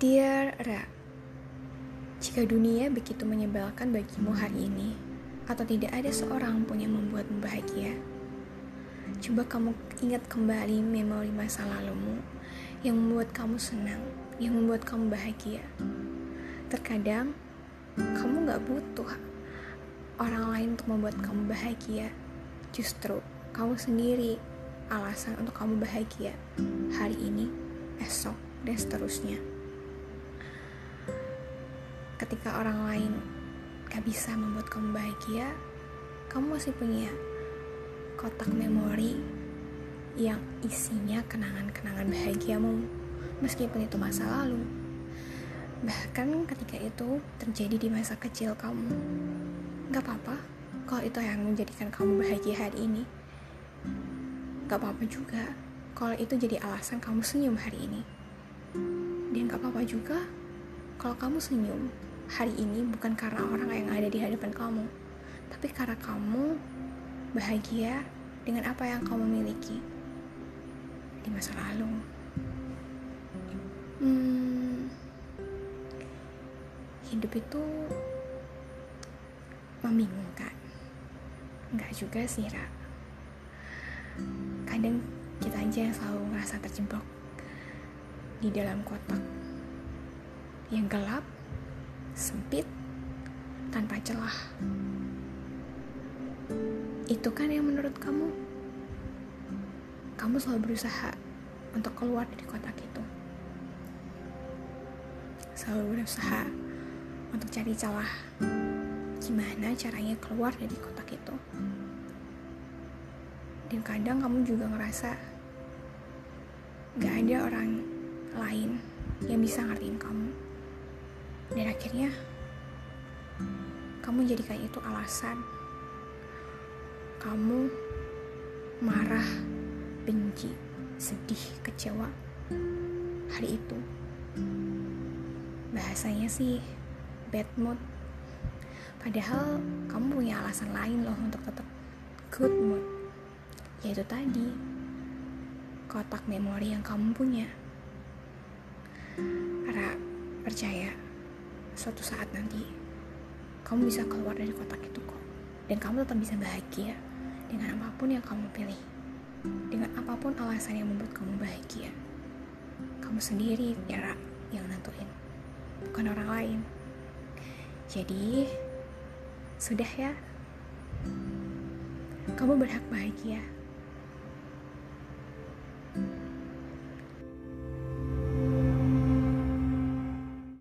Dear Ra, jika dunia begitu menyebalkan bagimu hari ini, atau tidak ada seorang pun yang membuatmu bahagia, coba kamu ingat kembali memori masa lalumu yang membuat kamu senang, yang membuat kamu bahagia. Terkadang, kamu gak butuh orang lain untuk membuat kamu bahagia. Justru, kamu sendiri alasan untuk kamu bahagia hari ini, esok, dan seterusnya. Ketika orang lain gak bisa membuat kamu bahagia, kamu masih punya kotak memori yang isinya kenangan-kenangan bahagiamu, meskipun itu masa lalu. Bahkan ketika itu terjadi di masa kecil kamu, gak apa-apa kalau itu yang menjadikan kamu bahagia hari ini. Gak apa-apa juga kalau itu jadi alasan kamu senyum hari ini. Dan gak apa-apa juga kalau kamu senyum hari ini bukan karena orang yang ada di hadapan kamu, tapi karena kamu bahagia dengan apa yang kamu miliki di masa lalu. Hidup itu membingungkan. Enggak juga sih, Ra. Kadang kita aja yang selalu ngerasa terjebak di dalam kotak yang gelap, sempit, tanpa celah. Itu kan yang menurut kamu? Kamu selalu berusaha untuk keluar dari kotak itu. Selalu berusaha untuk cari celah. Gimana caranya keluar dari kotak itu? Dan kadang kamu juga ngerasa gak ada orang lain yang bisa ngertiin kamu. Dan akhirnya kamu jadikan itu alasan kamu marah, benci, sedih, kecewa hari itu. Bahasanya sih bad mood, padahal kamu punya alasan lain loh untuk tetap good mood, yaitu tadi kotak memori yang kamu punya. Ra, percaya suatu saat nanti kamu bisa keluar dari kotak itu kok, dan kamu tetap bisa bahagia dengan apapun yang kamu pilih, dengan apapun alasan yang membuat kamu bahagia. Kamu sendiri ya, Ra, yang nentuin, bukan orang lain. Jadi sudah ya, kamu berhak bahagia.